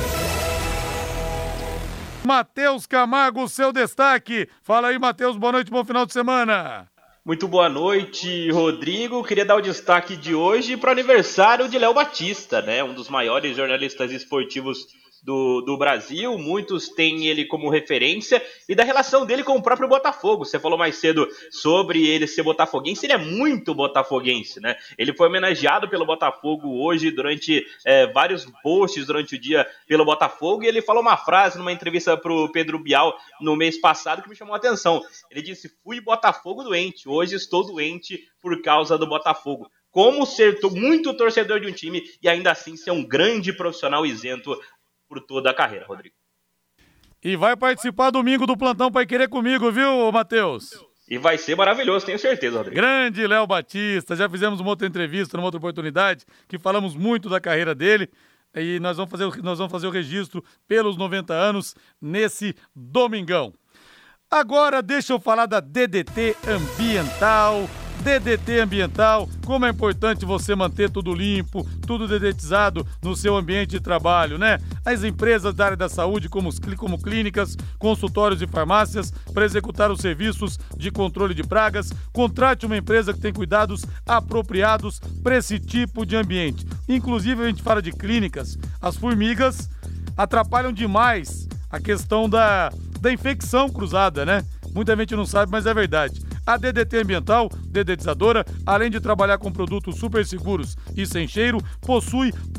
Matheus Camargo, seu destaque. Fala aí, Matheus, boa noite, bom final de semana. Muito boa noite, Rodrigo. Queria dar o destaque de hoje para o aniversário de Léo Batista, né? Um dos maiores jornalistas esportivos do, do Brasil. Muitos têm ele como referência e da relação dele com o próprio Botafogo. Você falou mais cedo sobre ele ser botafoguense. Ele é muito botafoguense, né? Ele foi homenageado pelo Botafogo hoje durante é, vários posts durante o dia pelo Botafogo, e ele falou uma frase numa entrevista para o Pedro Bial no mês passado que me chamou a atenção. Ele disse: fui Botafogo doente, hoje estou doente por causa do Botafogo. Como ser muito torcedor de um time e ainda assim ser um grande profissional isento por toda a carreira, Rodrigo. E vai participar domingo do Plantão Paiquerê comigo, viu, Matheus? E vai ser maravilhoso, tenho certeza, Rodrigo. Grande Léo Batista, já fizemos uma outra entrevista, numa outra oportunidade, que falamos muito da carreira dele, e nós vamos fazer, nós vamos fazer o registro pelos noventa anos nesse domingão. Agora deixa eu falar da D D T Ambiental. D D T Ambiental, como é importante você manter tudo limpo, tudo dedetizado no seu ambiente de trabalho, né? As empresas da área da saúde, como, como clínicas, consultórios e farmácias, para executar os serviços de controle de pragas, contrate uma empresa que tem cuidados apropriados para esse tipo de ambiente. Inclusive, a gente fala de clínicas, as formigas atrapalham demais a questão da, da infecção cruzada, né? Muita gente não sabe, mas é verdade. A D D T Ambiental, dedetizadora, além de trabalhar com produtos super seguros e sem cheiro, possui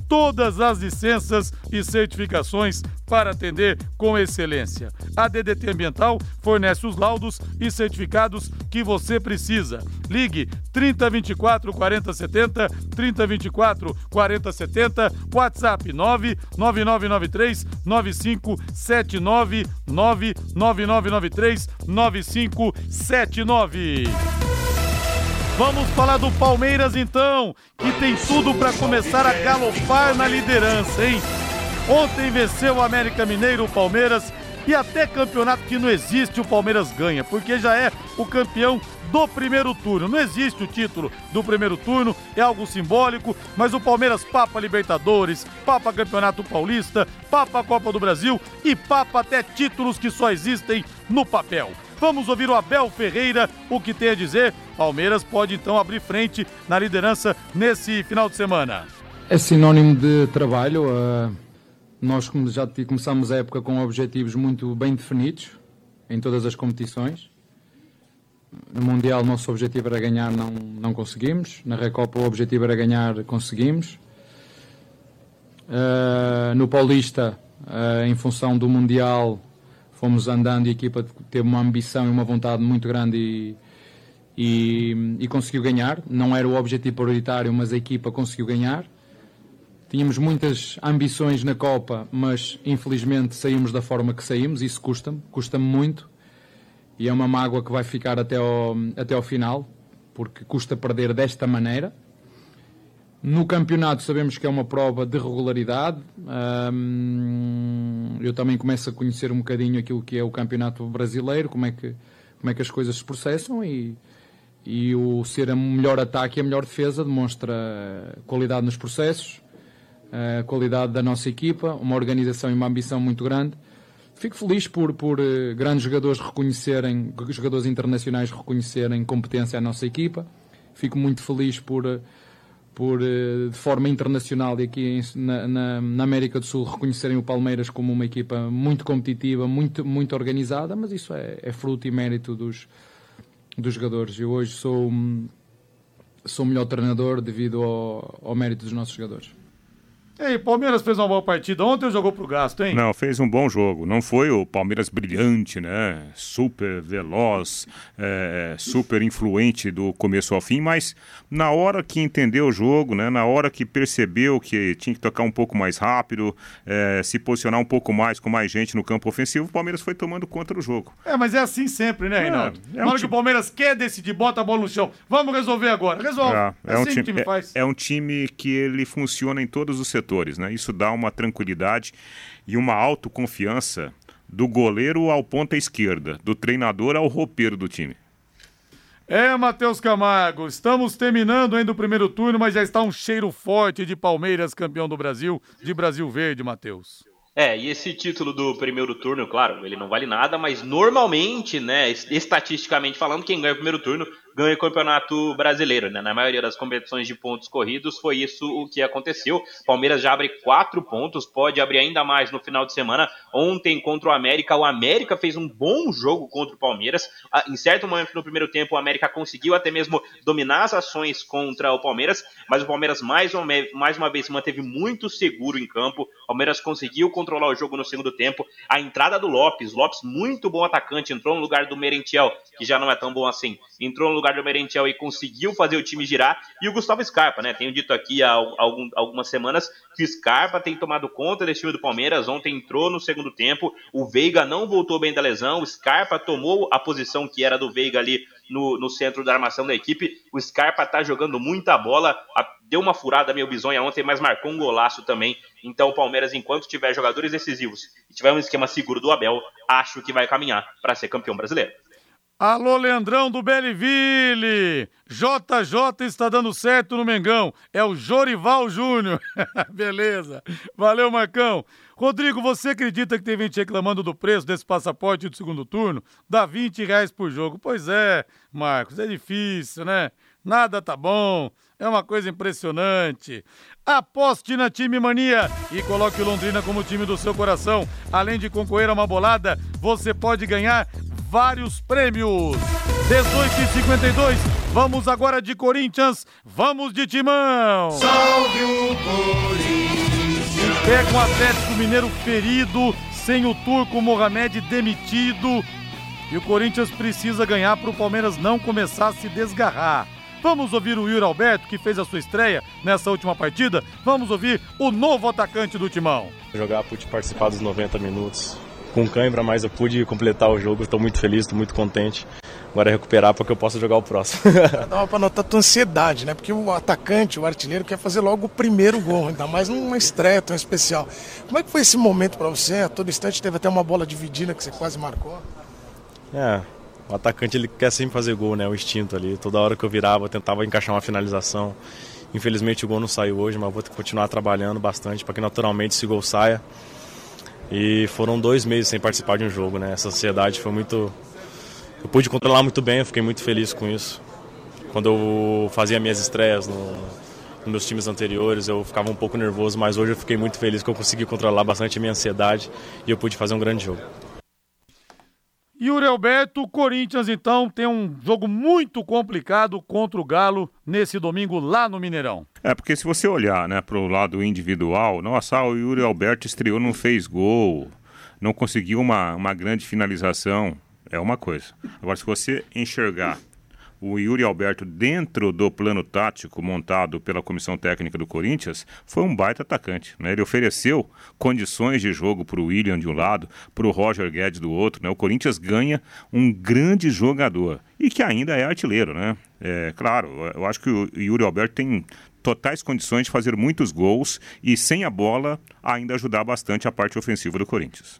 todas as licenças e certificações para atender com excelência. A D D T Ambiental fornece os laudos e certificados que você precisa. Ligue trinta, vinte e quatro, quarenta, setenta, trinta, vinte e quatro, quarenta, setenta, WhatsApp nove nove nove nove três nove cinco sete nove, nove nove nove nove três nove cinco sete nove. Vamos falar do Palmeiras então, que tem tudo para começar a galopar na liderança, hein? Ontem venceu o América Mineiro, o Palmeiras, e até campeonato que não existe o Palmeiras ganha, porque já é o campeão do primeiro turno. Não existe o título do primeiro turno, é algo simbólico, mas o Palmeiras papa Libertadores, papa Campeonato Paulista, papa Copa do Brasil e papa até títulos que só existem no papel. Vamos ouvir o Abel Ferreira, o que tem a dizer. Palmeiras pode então abrir frente na liderança nesse final de semana. É sinónimo de trabalho. Uh, nós já começamos a época com objetivos muito bem definidos em todas as competições. No Mundial o nosso objetivo era ganhar, não, não conseguimos. Na Recopa o objetivo era ganhar, conseguimos. Uh, no Paulista, uh, em função do Mundial, fomos andando e a equipa teve uma ambição e uma vontade muito grande e, e, e conseguiu ganhar. Não era o objetivo prioritário, mas a equipa conseguiu ganhar. Tínhamos muitas ambições na Copa, mas infelizmente saímos da forma que saímos. Isso custa-me, custa-me muito. E é uma mágoa que vai ficar até ao, até ao final, porque custa perder desta maneira. No campeonato sabemos que é uma prova de regularidade. Hum, eu também começo a conhecer um bocadinho aquilo que é o campeonato brasileiro, como é que, como é que as coisas se processam, e, e o ser a melhor ataque e a melhor defesa demonstra qualidade nos processos, a qualidade da nossa equipa, uma organização e uma ambição muito grande. Fico feliz por, por uh, grandes jogadores reconhecerem, jogadores internacionais reconhecerem competência à nossa equipa. Fico muito feliz por... Uh, por, de forma internacional e aqui na, na, na América do Sul reconhecerem o Palmeiras como uma equipa muito competitiva, muito, muito organizada, mas isso é, é fruto e mérito dos, dos jogadores. Eu hoje sou, sou o melhor treinador devido ao, ao mérito dos nossos jogadores. E aí, Palmeiras fez uma boa partida ontem, jogou pro gasto, hein? Não, fez um bom jogo. Não foi o Palmeiras brilhante, né? Super veloz, é, super influente do começo ao fim, mas na hora que entendeu o jogo, né? Na hora que percebeu que tinha que tocar um pouco mais rápido, é, se posicionar um pouco mais com mais gente no campo ofensivo, o Palmeiras foi tomando conta do jogo. É, mas é assim sempre, né, Reinaldo? É, é na hora um que o Palmeiras quer decidir, bota a bola no chão. Vamos resolver agora. Resolve. É, é, é assim um time, que o time faz. É, é um time que ele funciona em todos os setores. Né? Isso dá uma tranquilidade e uma autoconfiança do goleiro ao ponta esquerda, do treinador ao roupeiro do time. É, Matheus Camargo, estamos terminando ainda o primeiro turno, mas já está um cheiro forte de Palmeiras, campeão do Brasil, de Brasil Verde, Matheus. É, e esse título do primeiro turno, claro, ele não vale nada, mas normalmente, né, estatisticamente falando, quem ganha o primeiro turno ganha o Campeonato Brasileiro, né? Na maioria das competições de pontos corridos foi isso o que aconteceu. Palmeiras já abre quatro pontos, pode abrir ainda mais no final de semana. Ontem contra o América, o América fez um bom jogo contra o Palmeiras. Em certo momento no primeiro tempo o América conseguiu até mesmo dominar as ações contra o Palmeiras, mas o Palmeiras mais uma, mais uma vez se manteve muito seguro em campo. O Palmeiras conseguiu controlar o jogo no segundo tempo. A entrada do Lopes, Lopes muito bom atacante, entrou no lugar do Merentiel, que já não é tão bom assim, entrou no lugar do Merentiel e conseguiu fazer o time girar, e o Gustavo Scarpa, né, tenho dito aqui há algum, algumas semanas que o Scarpa tem tomado conta desse time do Palmeiras. Ontem entrou no segundo tempo, o Veiga não voltou bem da lesão, o Scarpa tomou a posição que era do Veiga ali no, no centro da armação da equipe. O Scarpa tá jogando muita bola, a, deu uma furada meio bizonha ontem, mas marcou um golaço também. Então o Palmeiras, enquanto tiver jogadores decisivos e tiver um esquema seguro do Abel, acho que vai caminhar para ser campeão brasileiro. Alô, Leandrão do Belleville! J J está dando certo no Mengão. É o Jorival Júnior. Beleza. Valeu, Marcão. Rodrigo, você acredita que tem gente reclamando do preço desse passaporte do segundo turno? Dá vinte reais por jogo. Pois é, Marcos, é difícil, né? Nada tá bom. É uma coisa impressionante. Aposte na Time Mania e coloque o Londrina como time do seu coração. Além de concorrer a uma bolada, você pode ganhar vários prêmios. dezoito e cinquenta e dois, vamos agora de Corinthians, vamos de Timão. Salve o Corinthians! Pega um Atlético Mineiro ferido, sem o turco Mohamed demitido. E o Corinthians precisa ganhar para o Palmeiras não começar a se desgarrar. Vamos ouvir o Yuri Alberto, que fez a sua estreia nessa última partida. Vamos ouvir o novo atacante do Timão. Jogar, pude participar dos noventa minutos. Com cãibra, mas eu pude completar o jogo. Estou muito feliz, estou muito contente. Agora é recuperar para que eu possa jogar o próximo. Dá para notar a tua ansiedade, né? Porque o atacante, o artilheiro, quer fazer logo o primeiro gol, ainda mais numa estreia tão especial. Como é que foi esse momento para você? A todo instante teve até uma bola dividida que você quase marcou. É, o atacante ele quer sempre fazer gol, né? O instinto ali. Toda hora que eu virava, eu tentava encaixar uma finalização. Infelizmente o gol não saiu hoje, mas vou continuar trabalhando bastante para que naturalmente esse gol saia. E foram dois meses sem participar de um jogo, né? Essa ansiedade foi muito... Eu pude controlar muito bem, eu fiquei muito feliz com isso. Quando eu fazia minhas estreias no, nos meus times anteriores, eu ficava um pouco nervoso, mas hoje eu fiquei muito feliz que eu consegui controlar bastante a minha ansiedade e eu pude fazer um grande jogo. Yuri Alberto, o Corinthians então tem um jogo muito complicado contra o Galo nesse domingo lá no Mineirão. É, porque se você olhar, né, pro lado individual, nossa, o Yuri Alberto estreou, não fez gol, não conseguiu uma, uma grande finalização. É uma coisa. Agora, se você enxergar o Yuri Alberto dentro do plano tático montado pela comissão técnica do Corinthians, foi um baita atacante, né? Ele ofereceu condições de jogo para o William de um lado, para o Roger Guedes do outro, né? O Corinthians ganha um grande jogador e que ainda é artilheiro, né? É, claro, eu acho que o Yuri Alberto tem totais condições de fazer muitos gols e sem a bola ainda ajudar bastante a parte ofensiva do Corinthians.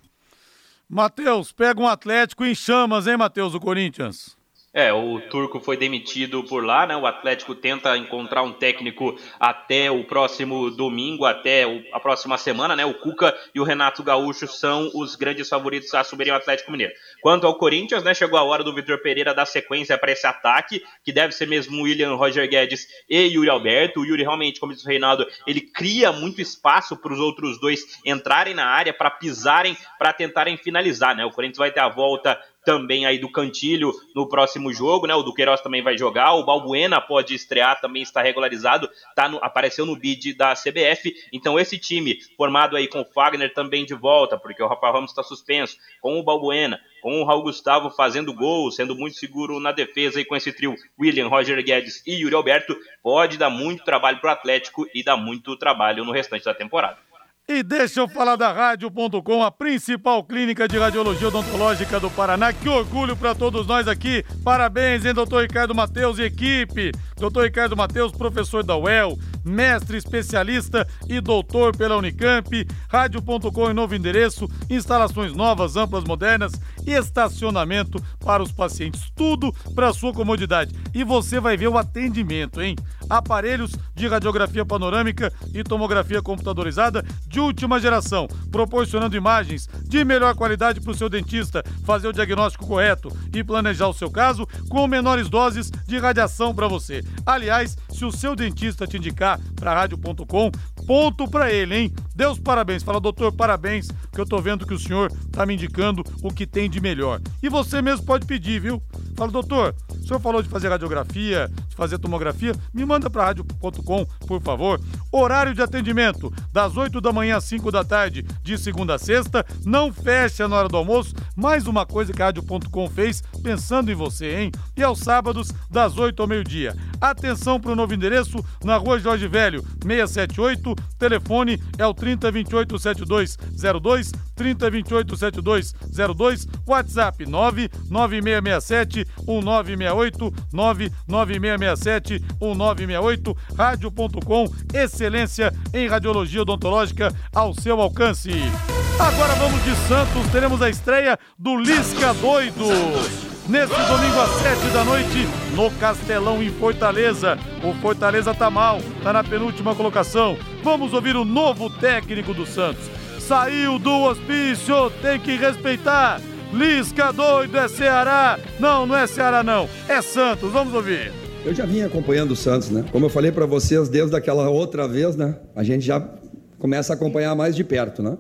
Matheus, pega um Atlético em chamas, hein, Matheus, o Corinthians? É, o turco foi demitido por lá, né? O Atlético tenta encontrar um técnico até o próximo domingo, até o, a próxima semana, né? O Cuca e o Renato Gaúcho são os grandes favoritos a assumirem o Atlético Mineiro. Quanto ao Corinthians, né? Chegou a hora do Vitor Pereira dar sequência para esse ataque, que deve ser mesmo o William, Roger Guedes e Yuri Alberto. O Yuri realmente, como diz o Reinaldo, ele cria muito espaço para os outros dois entrarem na área, para pisarem, para tentarem finalizar, né? O Corinthians vai ter a volta também aí do Cantilho no próximo jogo, né? O Duqueiroz também vai jogar, o Balbuena pode estrear, também está regularizado, tá no, apareceu no bid da C B F, então esse time formado aí com o Fagner também de volta, porque o Rafael Ramos está suspenso, com o Balbuena, com o Raul Gustavo fazendo gol, sendo muito seguro na defesa, e com esse trio William, Roger Guedes e Yuri Alberto, pode dar muito trabalho para o Atlético e dar muito trabalho no restante da temporada. E deixa eu falar da Rádio ponto com, a principal clínica de radiologia odontológica do Paraná. Que orgulho para todos nós aqui. Parabéns, hein, doutor Ricardo Mateus e equipe. doutor Ricardo Mateus, professor da U E L, mestre especialista e doutor pela Unicamp. Rádio ponto com em novo endereço, instalações novas, amplas, modernas e estacionamento para os pacientes. Tudo para sua comodidade. E você vai ver o atendimento, hein? Aparelhos de radiografia panorâmica e tomografia computadorizada de última geração, proporcionando imagens de melhor qualidade para o seu dentista fazer o diagnóstico correto e planejar o seu caso com menores doses de radiação para você. Aliás, se o seu dentista te indicar para Rádio ponto com, ponto para ele, hein? Dê os parabéns. Fala, doutor, parabéns, que eu tô vendo que o senhor tá me indicando o que tem de melhor. E você mesmo pode pedir, viu? Fala, doutor, o senhor falou de fazer radiografia, de fazer tomografia, me manda para Rádio ponto com, por favor. Horário de atendimento, das oito da manhã às cinco da tarde, de segunda a sexta, não fecha na hora do almoço. Mais uma coisa que a Rádio ponto com fez, pensando em você, hein? E aos sábados, das oito ao meio-dia. Atenção para o novo endereço, na Rua Jorge Velho, seiscentos e setenta e oito, telefone é o trinta, vinte e oito, setenta e dois zero dois, trinta, vinte e oito, setenta e dois zero dois, WhatsApp nove nove seis seis sete, um nove seis oito, nove nove seis seis sete, um nove seis oito, Rádio ponto com, excelência em radiologia odontológica ao seu alcance. Agora vamos de Santos, teremos a estreia do Lisca Doido. Nesse domingo às sete da noite, no Castelão, em Fortaleza. O Fortaleza tá mal, tá na penúltima colocação. Vamos ouvir o novo técnico do Santos. Saiu do hospício, tem que respeitar. Lisca Doido é Ceará. Não, não é Ceará não, é Santos. Vamos ouvir. Eu já vim acompanhando o Santos, né? Como eu falei para vocês desde aquela outra vez, né? A gente já começa a acompanhar mais de perto, né?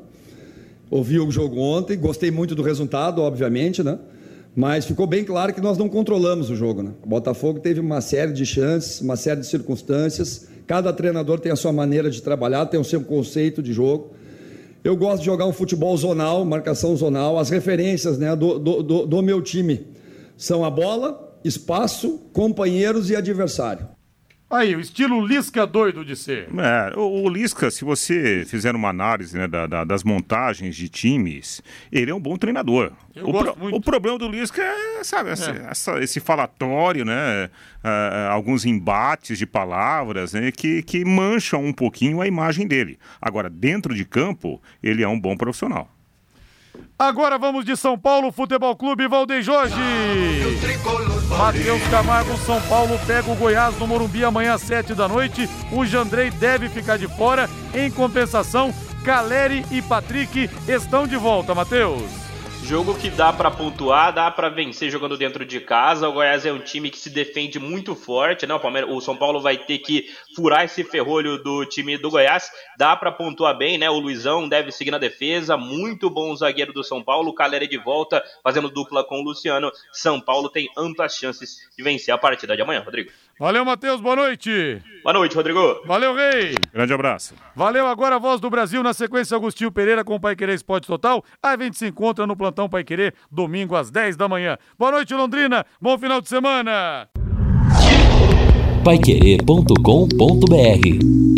Ouvi o jogo ontem, gostei muito do resultado, obviamente, né? Mas ficou bem claro que nós não controlamos o jogo, né? O Botafogo teve uma série de chances, uma série de circunstâncias. Cada treinador tem a sua maneira de trabalhar, tem o seu conceito de jogo. Eu gosto de jogar um futebol zonal, marcação zonal. As referências, né, do, do, do, do meu time são a bola, espaço, companheiros e adversário. Aí, o estilo Lisca doido de ser. É, o, o Lisca, se você fizer uma análise, né, da, da, das montagens de times, ele é um bom treinador. Eu o, gosto pro, muito. o problema do Lisca é, sabe, É. Essa, essa, esse falatório, né, uh, alguns embates de palavras, né, que, que mancham um pouquinho a imagem dele. Agora, dentro de campo, ele é um bom profissional. Agora vamos de São Paulo Futebol Clube, Valdeir Jorge. Matheus Camargo, São Paulo pega o Goiás no Morumbi amanhã às sete da noite. O Jandrei deve ficar de fora. Em compensação, Caleri e Patrick estão de volta, Matheus. Jogo que dá pra pontuar, dá pra vencer jogando dentro de casa. O Goiás é um time que se defende muito forte, né? O, Palmeiras, o São Paulo vai ter que furar esse ferrolho do time do Goiás. Dá pra pontuar bem, né? O Luizão deve seguir na defesa. Muito bom zagueiro do São Paulo. O Caleri de volta, fazendo dupla com o Luciano. São Paulo tem amplas chances de vencer a partida de amanhã, Rodrigo. Valeu, Matheus, boa noite. Boa noite, Rodrigo. Valeu, Rei. Grande abraço. Valeu, agora a Voz do Brasil, na sequência Agostinho Pereira com o Pai Querer Esporte Total. A gente se encontra no Plantão Pai Querer, domingo às dez da manhã. Boa noite, Londrina, bom final de semana. paiquerê ponto com ponto br